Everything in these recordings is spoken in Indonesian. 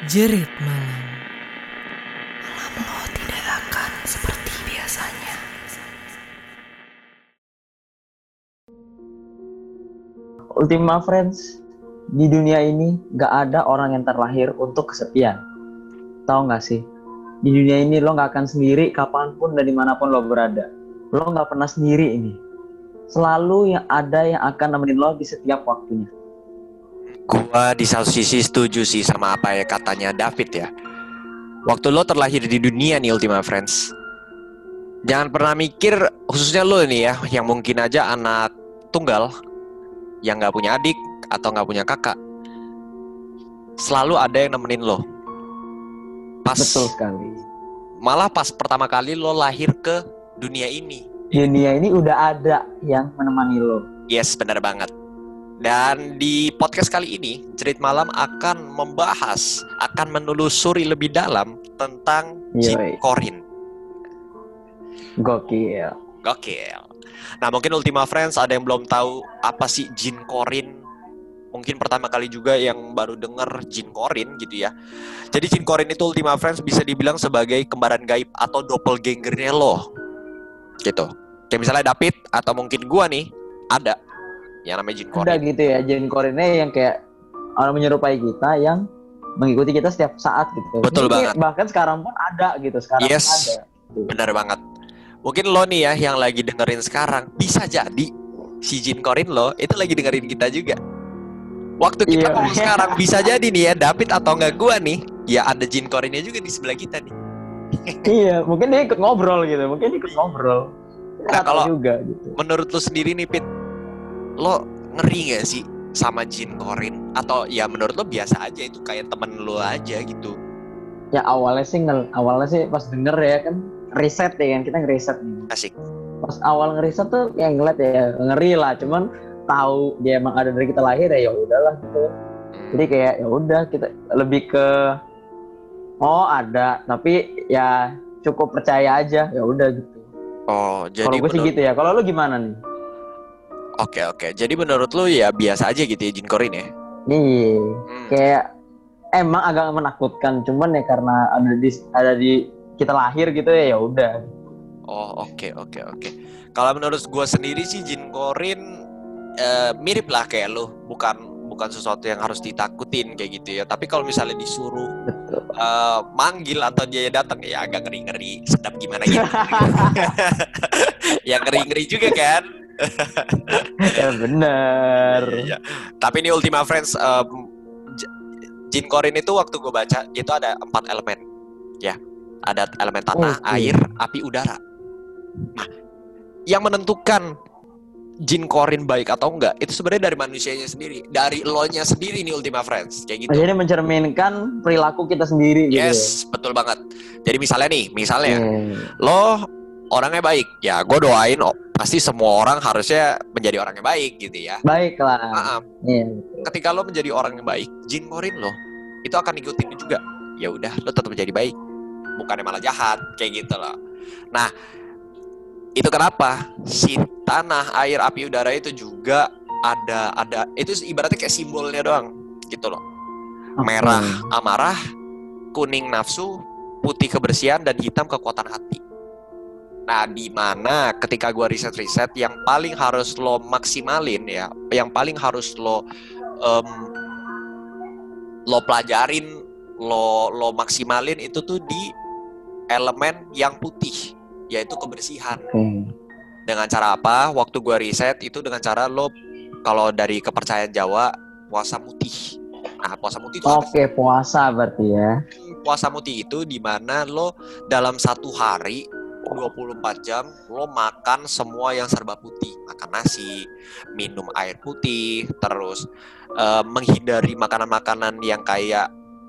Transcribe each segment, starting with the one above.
Jerit malam. Malam lo tidak akan seperti biasanya. Ultima Friends, di dunia ini gak ada orang yang terlahir untuk kesepian. Tahu gak sih? Di dunia ini lo gak akan sendiri kapanpun dan dimanapun lo berada. Lo gak pernah sendiri ini. Selalu yang ada yang akan nemenin lo di setiap waktunya. Gua di satu sisi setuju sih sama apa ya katanya David ya. Waktu lo terlahir di dunia nih Ultima Friends, jangan pernah mikir, khususnya lo nih ya, yang mungkin aja anak tunggal, yang gak punya adik atau gak punya kakak, selalu ada yang nemenin lo. Betul sekali. Malah pas pertama kali lo lahir ke dunia ini. Dunia ini udah ada yang menemani lo. Yes, benar banget. Dan di podcast kali ini, Jerit Malam akan membahas, akan menelusuri lebih dalam tentang Jin Korin. Gokil. Nah, mungkin Ultima Friends ada yang belum tahu apa sih Jin Korin. Mungkin pertama kali juga yang baru denger Jin Korin gitu ya. Jadi Jin Korin itu Ultima Friends bisa dibilang sebagai kembaran gaib atau doppelgangernya lo. Gitu. Kayak misalnya David atau mungkin gua nih ada yang namanya Jin Korin. Ada gitu ya, Jin Korinnya yang kayak orang menyerupai kita yang mengikuti kita setiap saat gitu. Betul banget. Bahkan sekarang pun ada gitu, sekarang yes, pun ada. Benar banget. Mungkin lo nih ya yang lagi dengerin sekarang, bisa jadi si Jin Korin lo itu lagi dengerin kita juga. Waktu kita ngomong sekarang bisa jadi nih ya David atau enggak gua nih, ya ada Jin Korinnya juga di sebelah kita nih. Iya, mungkin dia ikut ngobrol gitu, Nah, kalau juga gitu. Menurut lo sendiri nih Pit, lo ngeri gak sih sama Jin Korin? Atau ya menurut lo biasa aja, itu kayak temen lo aja gitu? Ya awalnya sih pas denger ya kan riset ya kan, kita ngeriset nih. Asik. Pas awal ngeriset tuh yang ngeliat ya ngeri lah, cuman tahu dia emang ada dari kita lahir ya udahlah gitu. Jadi kayak ya udah kita lebih ke ada, tapi ya cukup percaya aja, ya udah gitu. Oh, jadi kalau gue sih gitu ya. Kalau lu gimana nih? Oke. Jadi menurut lu ya biasa aja gitu ya Jin Korin ya? Iya. Kayak emang agak menakutkan, cuman ya karena ada di kita lahir gitu ya udah. Oh, oke. Kalau menurut gue sendiri sih Jin Korin mirip lah kayak lu, bukan sesuatu yang harus ditakutin kayak gitu ya. Tapi kalau misalnya disuruh manggil atau dia datang ya agak ngeri-ngeri, sedap gimana gitu. Ya ngeri-ngeri juga kan. Ya benar. Ya. Tapi ini Ultima Friends, Jin Korin itu waktu gue baca itu ada 4 elemen ya. Ada elemen tanah, air, api, udara. Nah, yang menentukan Jin Korin baik atau enggak itu sebenarnya dari manusianya sendiri, dari lo-nya sendiri nih Ultima Friends, kayak gitu. Jadi mencerminkan perilaku kita sendiri gitu. Yes, betul banget. Jadi misalnya lo orangnya baik, ya gue doain pasti semua orang harusnya menjadi orang yang baik gitu ya. Baiklah. Ketika lo menjadi orang yang baik, Jin Korin lo itu akan ikutin juga. Ya udah, lo tetap menjadi baik, bukannya malah jahat kayak gitu loh. Nah, itu kenapa si tanah, air, api, udara itu juga ada itu ibaratnya kayak simbolnya doang gitu loh. Merah amarah, kuning nafsu, putih kebersihan, dan hitam kekuatan hati. Nah, di mana ketika gua riset yang paling harus lo maksimalin ya, yang paling harus lo pelajarin, lo maksimalin itu tuh di elemen yang putih, yaitu kebersihan. Dengan cara apa? Waktu gue riset itu dengan cara lo, kalau dari kepercayaan Jawa, puasa mutih. Nah, puasa mutih itu apa sih? Puasa berarti ya. Puasa mutih itu di mana lo dalam satu hari 24 jam lo makan semua yang serba putih. Makan nasi, minum air putih, terus menghindari makanan-makanan yang kayak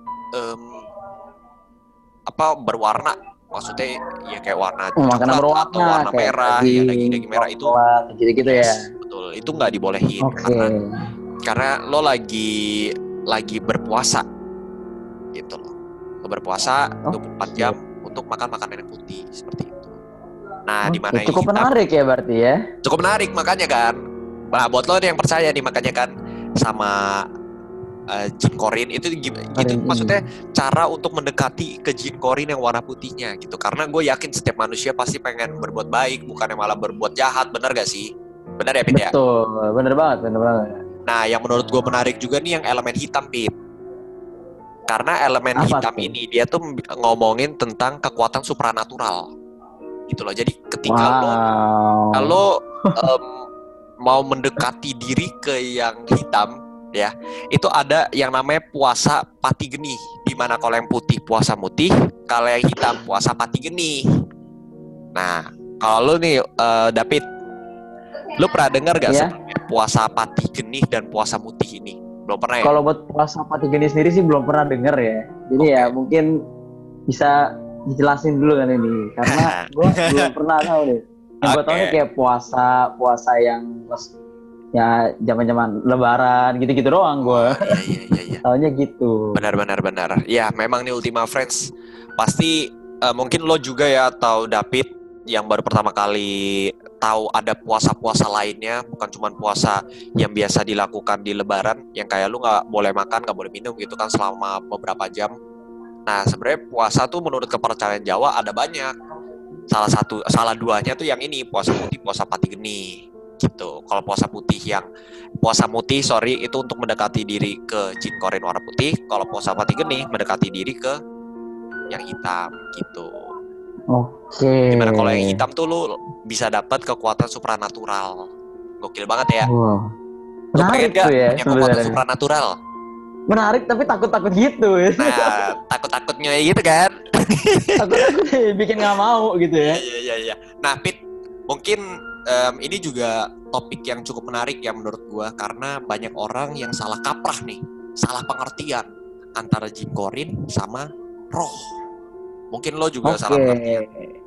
berwarna. Maksudnya ya kayak warna makanan berwarna atau warna merah, ya daging merah itu gitu ya. Betul, itu nggak dibolehin karena lo lagi berpuasa gitu loh. Lo berpuasa 24 jam untuk makan makanan yang putih seperti itu. Nah, di mana cukup menarik ya berarti ya. Cukup menarik makanya kan. Nah, buat lo yang percaya nih makanya kan sama jin korin itu gitu maksudnya cara untuk mendekati ke jin korin yang warna putihnya gitu. Karena gue yakin setiap manusia pasti pengen berbuat baik, bukannya malah berbuat jahat, benar gak sih? Benar ya Pit ya? Betul, bener banget. Nah yang menurut gue menarik juga nih yang elemen hitam Pit. Karena elemen Apa hitam tuh? ini dia tuh ngomongin tentang kekuatan supranatural gitu loh. Jadi ketika kalau mau mendekati diri ke yang hitam ya, itu ada yang namanya puasa pati genih, di mana kalau yang putih puasa mutih, kalau yang hitam puasa pati genih. Nah, kalau lu nih David, lu pernah dengar gak Iya. sebenarnya puasa pati genih dan puasa mutih ini? Belum pernah ya? Kalau buat puasa pati geni sendiri sih belum pernah denger ya. Jadi ya mungkin bisa dijelasin dulu kan ini, karena gue belum pernah tahu deh. Yang gue tahu kayak puasa yang ya zaman Lebaran gitu-gitu doang gue. Iya. Taunya gitu. Benar. Ya memang nih Ultima Friends pasti mungkin lo juga ya atau David yang baru pertama kali tahu ada puasa-puasa lainnya, bukan cuma puasa yang biasa dilakukan di Lebaran yang kayak lu nggak boleh makan, nggak boleh minum gitu kan selama beberapa jam. Nah sebenarnya puasa tuh menurut kepercayaan Jawa ada banyak. Salah duanya tuh yang ini, puasa putih, puasa pati geni gitu. Kalau puasa putih itu untuk mendekati diri ke jin korin warna putih. Kalau puasa pati geni mendekati diri ke yang hitam gitu. Oke. Dimana kalau yang hitam tuh lu bisa dapat kekuatan supranatural. Gokil banget ya. Wow. Lu pengen Menarik gak tuh ya punya kekuatan sebenarnya. supranatural? Menarik tapi takut-takut gitu ya. Nah, takut-takutnya gitu kan. Takut-takut bikin nggak mau gitu ya. Iya. Nah, Pit, mungkin ini juga topik yang cukup menarik ya menurut gua, karena banyak orang yang salah kaprah nih, salah pengertian antara jin korin sama roh. Mungkin lo juga salah pengertian.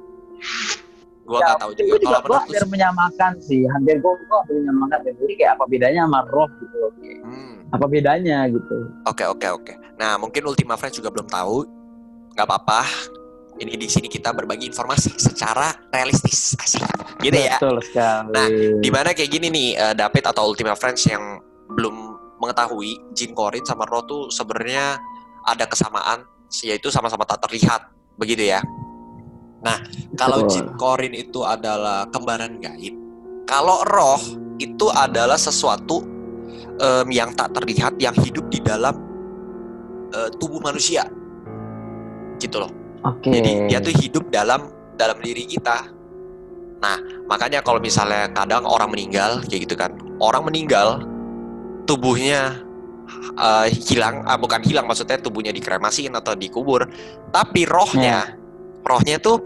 Gua nggak tahu juga. Kalau Gue hampir menyamakan sih, hampir menyamakan. Jadi kayak apa bedanya sama roh gitu? Apa bedanya gitu? Oke. Nah, mungkin Ultima Friends juga belum tahu. Nggak apa-apa. Ini di sini kita berbagi informasi secara realistis, asik, gitu ya. Betul sekali. Nah, dimana kayak gini nih, David atau Ultima Friends yang belum mengetahui jin korin sama roh tuh sebenarnya ada kesamaan, yaitu sama-sama tak terlihat, begitu ya. Nah, kalau jin korin itu adalah kembaran gaib, kalau roh itu adalah sesuatu yang tak terlihat yang hidup di dalam tubuh manusia, gitu loh. Jadi dia tuh hidup dalam diri kita. Nah, makanya kalau misalnya kadang orang meninggal kayak gitu kan, orang meninggal tubuhnya bukan hilang, maksudnya tubuhnya dikremasiin atau dikubur, tapi rohnya tuh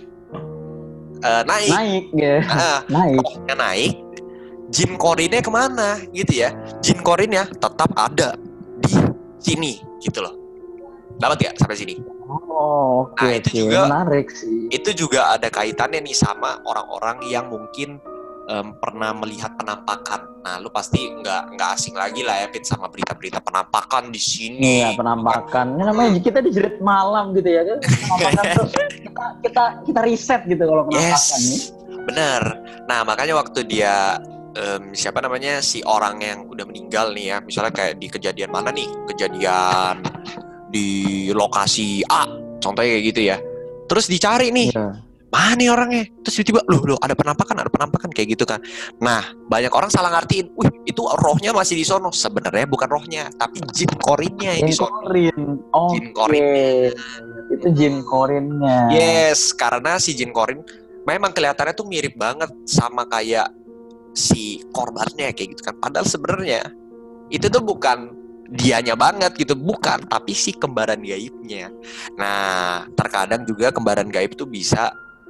naik ya. Rohnya naik, jin korinnya kemana gitu ya? Jin korinnya tetap ada di sini gitu loh. Dapat gak sampai sini? Itu juga menarik sih. Itu juga ada kaitannya nih sama orang-orang yang mungkin pernah melihat penampakan. Nah, lu pasti nggak asing lagi lah ya, Pit, sama berita-berita penampakan di sini. Iya, penampakan. Ini namanya kita dijerit malam gitu ya. Penampakan tuh kita riset gitu kalau penampakan nih. Bener. Nah, makanya waktu dia si orang yang udah meninggal nih ya, misalnya kayak di kejadian mana nih? Kejadian di lokasi A, contohnya kayak gitu ya. Terus dicari nih, mana nih orangnya? Terus tiba-tiba, loh ada penampakan kayak gitu kan. Nah, banyak orang salah ngertiin, itu rohnya masih di sono. Sebenarnya bukan rohnya, tapi jin korinnya yang di sono. Jin korinnya. Itu jin korinnya. Yes, karena si jin korin memang kelihatannya tuh mirip banget sama kayak si korbannya kayak gitu kan. Padahal sebenarnya itu tuh bukan dianya banget gitu, bukan, tapi si kembaran gaibnya. Nah, terkadang juga kembaran gaib tuh bisa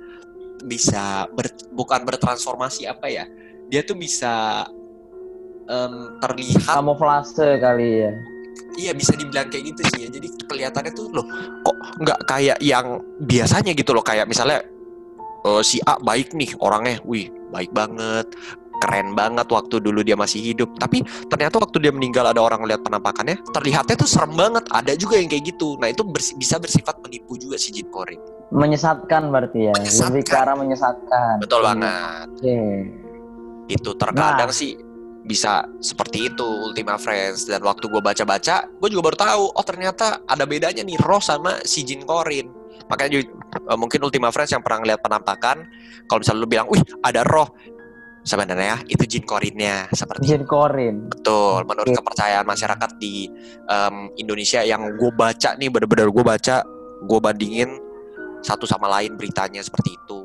bukan bertransformasi apa ya, dia tuh bisa terlihat kamuflase kali ya. Iya, bisa dibilang kayak gitu sih ya. Jadi kelihatannya tuh loh, kok nggak kayak yang biasanya gitu loh. Kayak misalnya si A baik nih orangnya, baik banget, keren banget waktu dulu dia masih hidup, tapi ternyata waktu dia meninggal ada orang lihat penampakannya, terlihatnya tuh serem banget. Ada juga yang kayak gitu. Nah, itu bisa bersifat menipu juga si jin korin. Menyesatkan berarti ya. Lebih ke arah menyesatkan. Betul banget. Itu terkadang sih bisa seperti itu Ultima Friends. Dan waktu gue baca-baca, gue juga baru tahu, oh ternyata ada bedanya nih roh sama si Jin Korin. Makanya mungkin Ultima Friends yang pernah ngeliat penampakan, kalau misalnya lu bilang, wih ada roh, sebenarnya itu Jin Korinnya seperti Jin Korin. betul. Menurut kepercayaan masyarakat di Indonesia yang gue baca nih, bener-bener gue baca, gue bandingin satu sama lain beritanya seperti itu.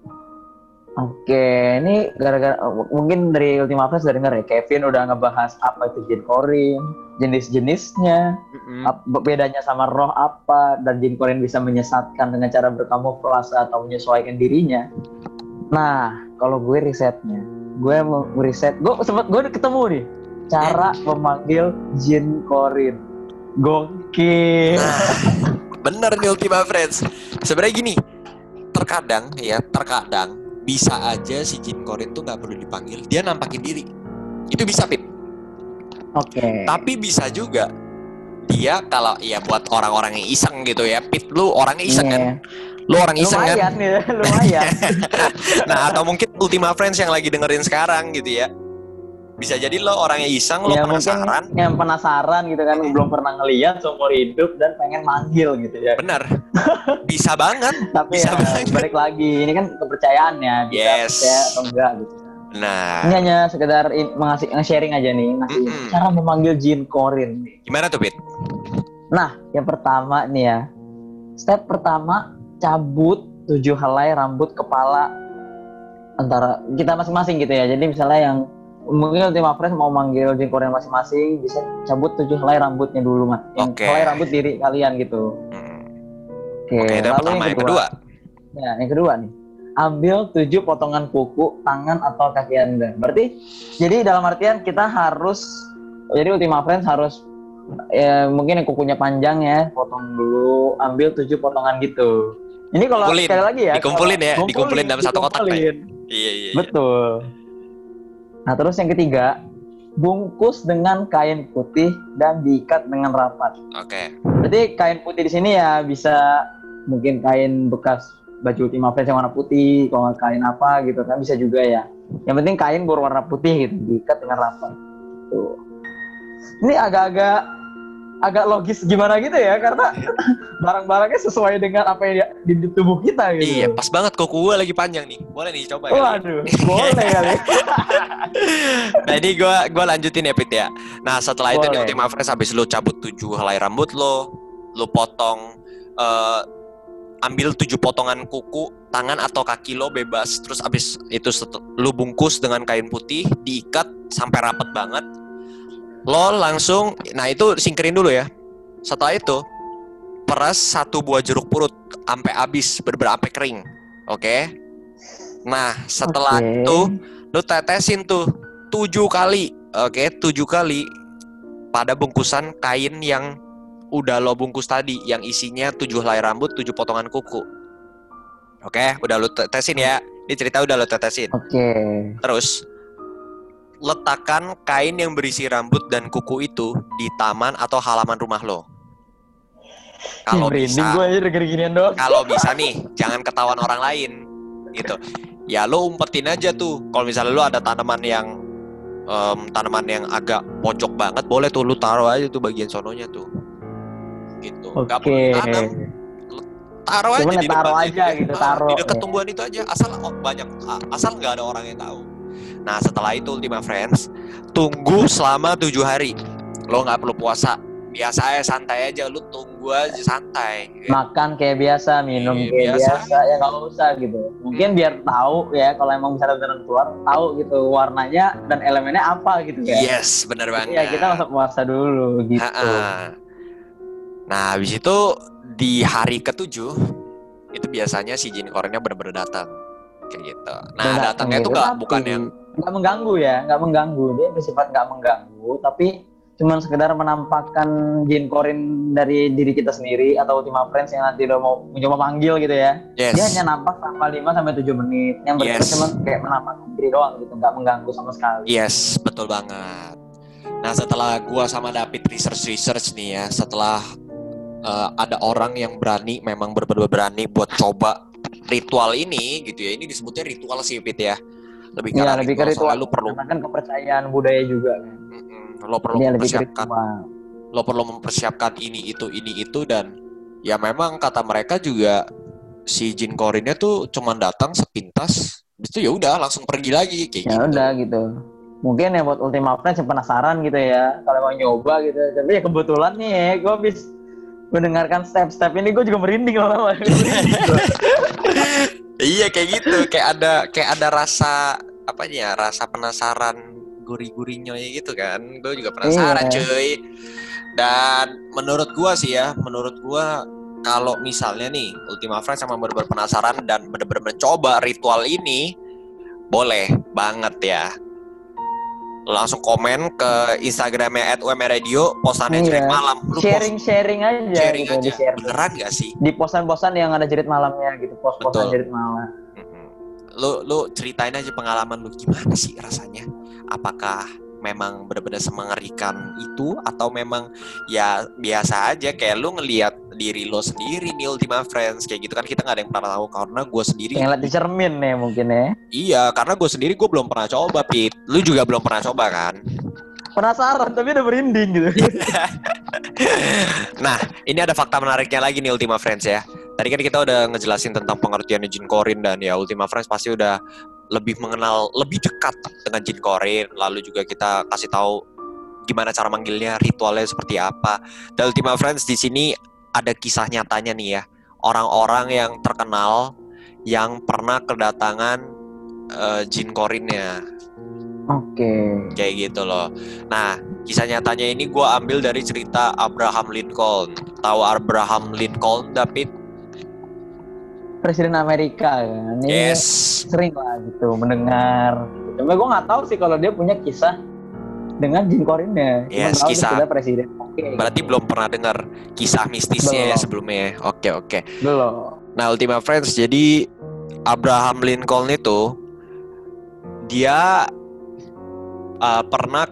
Oke, ini gara-gara mungkin dari Ultima Friends udah denger ya, Kevin udah ngebahas apa itu Jin Korin, jenis-jenisnya, bedanya sama roh apa, dan Jin Korin bisa menyesatkan dengan cara berkamuflase atau menyesuaikan dirinya. Nah, kalau gue risetnya, gue udah ketemu nih cara memanggil Jin Korin. Gokil. Nah, bener nih Ultima Friends. Sebenarnya gini, terkadang bisa aja si Jin Korin tuh nggak perlu dipanggil, dia nampakin diri. Itu bisa, Pip. Oke. Tapi bisa juga dia kalau ya buat orang-orang yang iseng gitu ya, Pip, lu orangnya iseng kan? Lu orang iseng lumayan, kan? Ya, lumayan. Nah, atau mungkin Ultima Friends yang lagi dengerin sekarang gitu ya. Bisa jadi lo orangnya iseng, lo ya, penasaran. Yang penasaran gitu kan, belum pernah ngeliat seumur hidup dan pengen manggil gitu ya. Bener. Bisa banget. Tapi bisa ya, banget. balik lagi, ini kan kepercayaan ya, bisa percaya atau enggak gitu. Nah, ini hanya sekedar nge-sharing aja nih, ngasih cara memanggil Jin Korin. Gimana tuh, Pit? Nah, yang pertama nih ya, step pertama, cabut 7 helai rambut kepala antara kita masing-masing gitu ya. Jadi misalnya yang mungkin Ultima Friends mau manggil Jin Korin masing-masing, bisa cabut 7 helai rambutnya dulu, Mas. Helai rambut diri kalian gitu. Oke, lalu yang kedua. Ya, yang kedua nih. Ambil 7 potongan kuku, tangan atau kaki Anda. Berarti jadi dalam artian kita harus, jadi Ultima Friends harus ya, mungkin yang kukunya panjang ya, potong dulu, ambil 7 potongan gitu. Ini kalau sekali lagi ya, dikumpulin dalam satu kotak ya. Iya. Betul. Nah, terus yang ketiga, bungkus dengan kain putih dan diikat dengan rapat. Oke. Berarti kain putih di sini ya bisa mungkin kain bekas baju Ultima Friends yang warna putih, kalau nggak kain apa gitu kan bisa juga ya. Yang penting kain berwarna putih gitu, diikat dengan rapat. Tuh. Ini agak logis gimana gitu ya, karena barang-barangnya sesuai dengan apa yang di tubuh kita gitu. Iya, pas banget kuku gue lagi panjang nih. Boleh nih coba. Waduh, boleh kali. Nah, ini gue lanjutin ya, Pit ya. Nah, setelah itu di Ultima Friends habis lu cabut 7 helai rambut lu potong ambil 7 potongan kuku, tangan atau kaki lo bebas. Terus abis itu lu bungkus dengan kain putih, diikat sampai rapet banget. Lo langsung, nah itu singkirin dulu ya. Setelah itu peras 1 buah jeruk purut sampai habis, bener-bener sampai kering. Oke? Nah, setelah itu lu tetesin tuh 7 kali. Oke, 7 kali pada bungkusan kain yang udah lo bungkus tadi, yang isinya 7 helai rambut, 7 potongan kuku. Oke, udah lo tetesin ya. Ini cerita udah lo tetesin. Oke. Terus letakkan kain yang berisi rambut dan kuku itu di taman atau halaman rumah lo. Kalau bisa, kalau bisa nih, jangan ketahuan orang lain, gitu. Ya lo umpetin aja tuh. Kalau misalnya lo ada tanaman yang agak pojok banget, boleh tuh lo taruh aja tuh bagian sononya tuh. Gitu. Gak perlu ditanam. Taruh aja di depan gitu, taruh di dekat tumbuhan itu aja, asal nggak ada orang yang tahu. Nah, setelah itu Ultima Friends, tunggu selama 7 hari. Lo nggak perlu puasa, biasa aja, santai aja. Lo tunggu aja santai. Makan kayak biasa, minum kayak biasa, ya nggak usah gitu. Mungkin biar tahu ya, kalau emang misalnya beneran keluar, tahu gitu warnanya dan elemennya apa gitu ya. Yes, benar banget. Ya kita masuk puasa dulu gitu. Nah, habis itu di hari ke-7 itu biasanya si Jin Korinnya benar-benar datang kayak gitu. Nah, datangnya itu bukan yang nggak mengganggu ya, nggak mengganggu. Dia bersifat nggak mengganggu, tapi cuma sekedar menampakkan Jin Korin dari diri kita sendiri atau Ultima Friends yang nanti udah mau mencoba manggil gitu ya. Yes. Dia hanya nampak selama 5-7 menit. Yang berarti cuma kayak menampakkan diri doang gitu, nggak mengganggu sama sekali. Yes, betul banget. Nah, setelah gua sama David research nih ya, setelah ada orang yang memang benar-benar berani buat coba ritual ini gitu ya. Ini disebutnya ritual sih, Pit ya. lebih ke Iya, arah lebih ke ritual, soalnya ritual lu perlu karena kan kepercayaan budaya juga kan. lo perlu Jadi lebih ke mempersiapkan, ritual. lo perlu mempersiapkan ini itu, dan ya memang kata mereka juga si Jin Korinnya tuh cuman datang sepintas, habis itu ya udah langsung pergi lagi kayak Ya gitu. udah gitu. Mungkin ya buat Ultima Friends yang penasaran gitu ya, kalau mau nyoba gitu. Tapi ya kebetulan nih ya, gue habis mendengarkan step-step ini gue juga merinding lama-lama. Iya kayak gitu, kayak ada rasa apa ya, rasa penasaran gurih-gurihnya gitu kan. Gue juga penasaran Iya. cuy. Dan menurut gua sih ya, menurut gua kalau misalnya nih Ultima Friends sama bener-bener penasaran dan bener-bener mencoba ritual ini, boleh banget ya. Langsung komen ke Instagramnya @umradio, postannya Jerit Iya. Malam. Lu Sharing aja sharing gitu, aja. di-share. Beneran gak sih? Di posan-posan yang ada jerit malamnya gitu, pos-posan Betul. jerit malam. Lu ceritain aja pengalaman lu, gimana sih rasanya? Apakah memang benar-benar semengerikan itu atau memang ya biasa aja kayak lu ngelihat diri lo sendiri nih Ultima Friends kayak gitu kan, kita nggak ada yang pernah tahu. Karena gue sendiri Yang lihat di cermin nih mungkin ya. iya, karena gue sendiri gue belum pernah coba, Pit. Lu juga belum pernah coba kan? Penasaran tapi udah merinding gitu. Nah, ini ada fakta menariknya lagi nih Ultima Friends ya. Tadi kan kita udah ngejelasin tentang pengertiannya Jin Korin, dan ya Ultima Friends pasti udah lebih mengenal, lebih dekat dengan Jin Korin. Lalu juga kita kasih tahu gimana cara manggilnya, ritualnya seperti apa. Dan Ultima Friends di sini ada kisah nyatanya nih ya. Orang-orang yang terkenal yang pernah kedatangan Jin Korinnya. Oke. Kayak gitu loh. Nah, kisah nyatanya ini gue ambil dari cerita Abraham Lincoln. Tahu Abraham Lincoln, David? Presiden Amerika kan. Ini Yes. sering lah gitu mendengar. Cuma gue nggak tahu sih kalau dia punya kisah dengan Jin Korinnya. Cuma Yes, tahu kisah. dia presiden. Oke. Berarti belum pernah dengar kisah mistisnya ya Belum. sebelumnya. Oke. Belum. Nah, Ultima Friends, jadi Abraham Lincoln itu dia pernah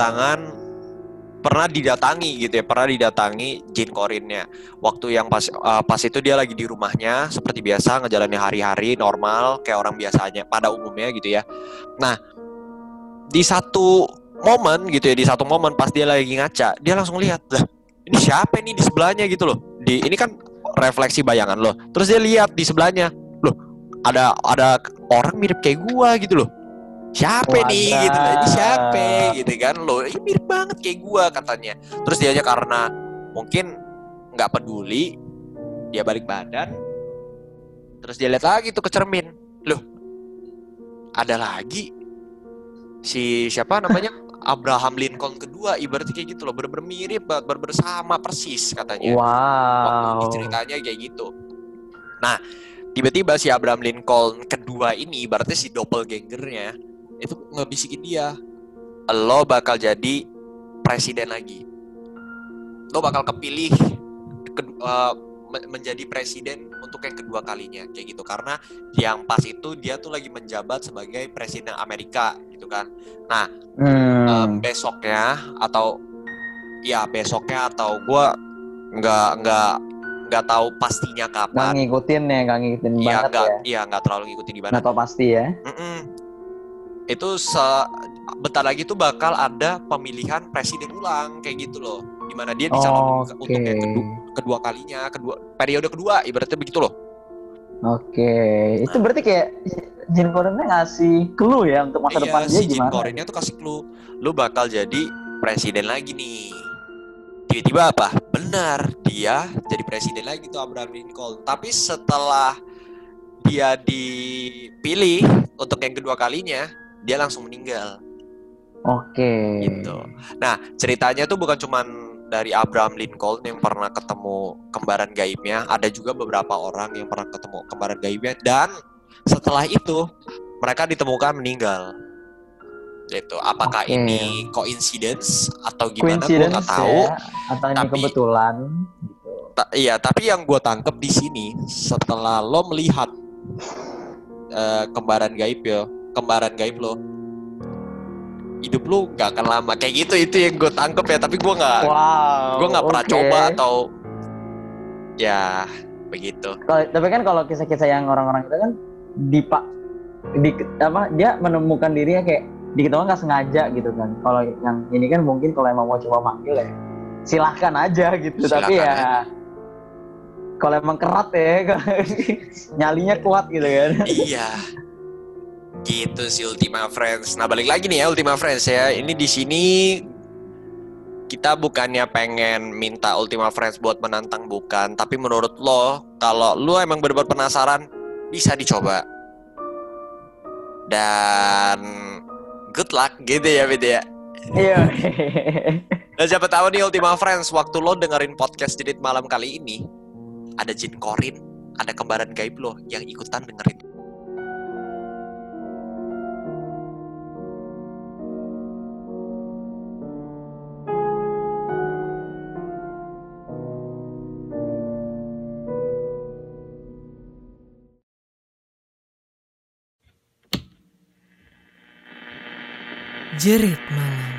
didatangi Jin Korinnya. Waktu yang pas itu dia lagi di rumahnya seperti biasa ngejalanin hari-hari normal kayak orang biasanya pada umumnya gitu ya. Nah, di satu momen pas dia lagi ngaca, dia langsung lihat, lah ini siapa ini di sebelahnya gitu loh. Ini kan refleksi bayangan loh. Terus dia lihat di sebelahnya, loh ada orang mirip kayak gua gitu loh. Siapa nih gitu loh, ini siapa gitu kan loh, ini mirip banget kayak gua katanya. Terus dia aja karena mungkin nggak peduli, dia balik badan, terus dia lihat lagi tuh ke cermin, loh ada lagi si siapa namanya Abraham Lincoln kedua, ibaratnya kayak gitu loh, bener-bener mirip, bersama persis katanya. Wow. Waktu ceritanya kayak gitu. Nah, tiba-tiba si Abraham Lincoln kedua ini ibaratnya si doppelgangernya itu ngebisikin dia, lo bakal jadi presiden lagi, lo bakal kepilih menjadi presiden untuk yang kedua kalinya kayak gitu. Karena yang pas itu dia tuh lagi menjabat sebagai presiden Amerika gitu kan. Nah, besoknya atau gue nggak tahu pastinya kapan. Nggak ngikutin banget ya. Iya, nggak terlalu ngikutin di mana. Nggak tahu pasti ya. Itu bentar lagi tuh bakal ada pemilihan presiden ulang kayak gitu loh, dimana dia dicalonin untuk yang kedua kalinya, periode kedua, ibaratnya begitu loh. Itu berarti kayak Jin Korinnya ngasih clue ya untuk masa depan dia si gimana? Jin Korinnya tuh kasih clue, lu bakal jadi presiden lagi nih. Tiba-tiba apa? Benar, dia jadi presiden lagi tuh Abraham Lincoln. Tapi setelah dia dipilih untuk yang kedua kalinya, dia langsung meninggal. Gitu. Nah, ceritanya tuh bukan cuman dari Abraham Lincoln yang pernah ketemu kembaran gaibnya, ada juga beberapa orang yang pernah ketemu kembaran gaibnya, dan setelah itu mereka ditemukan meninggal. Gitu. Apakah ini coincidence atau gimana, gue nggak tahu. Ya, atau ini kebetulan. Gitu. Iya, tapi yang gue tangkep di sini, setelah lo melihat kembaran gaib lo, hidup lo gak akan lama kayak gitu. Itu yang gue tangkep ya, tapi gue nggak pernah coba atau ya begitu. Tapi kan kalau kisah-kisah yang orang-orang itu kan dia menemukan dirinya kayak dikit doang nggak sengaja gitu kan. Kalau yang ini kan mungkin kalau emang mau coba manggil ya silahkan aja gitu. Tapi Silakan ya aja. kalau emang kerat ya nyalinya kuat gitu kan. Iya. Gitu sih Ultima Friends. Nah, balik lagi nih ya Ultima Friends ya. Ini di sini kita bukannya pengen minta Ultima Friends buat menantang, bukan. Tapi menurut lo, kalau lo emang benar-benar penasaran, bisa dicoba. Dan good luck gitu ya Bid ya. Iya. Dan siapa tahu nih Ultima Friends, waktu lo dengerin podcast Jedit malam kali ini, ada jin korin, ada kembaran gaib lo yang ikutan dengerin. Jerit Malam.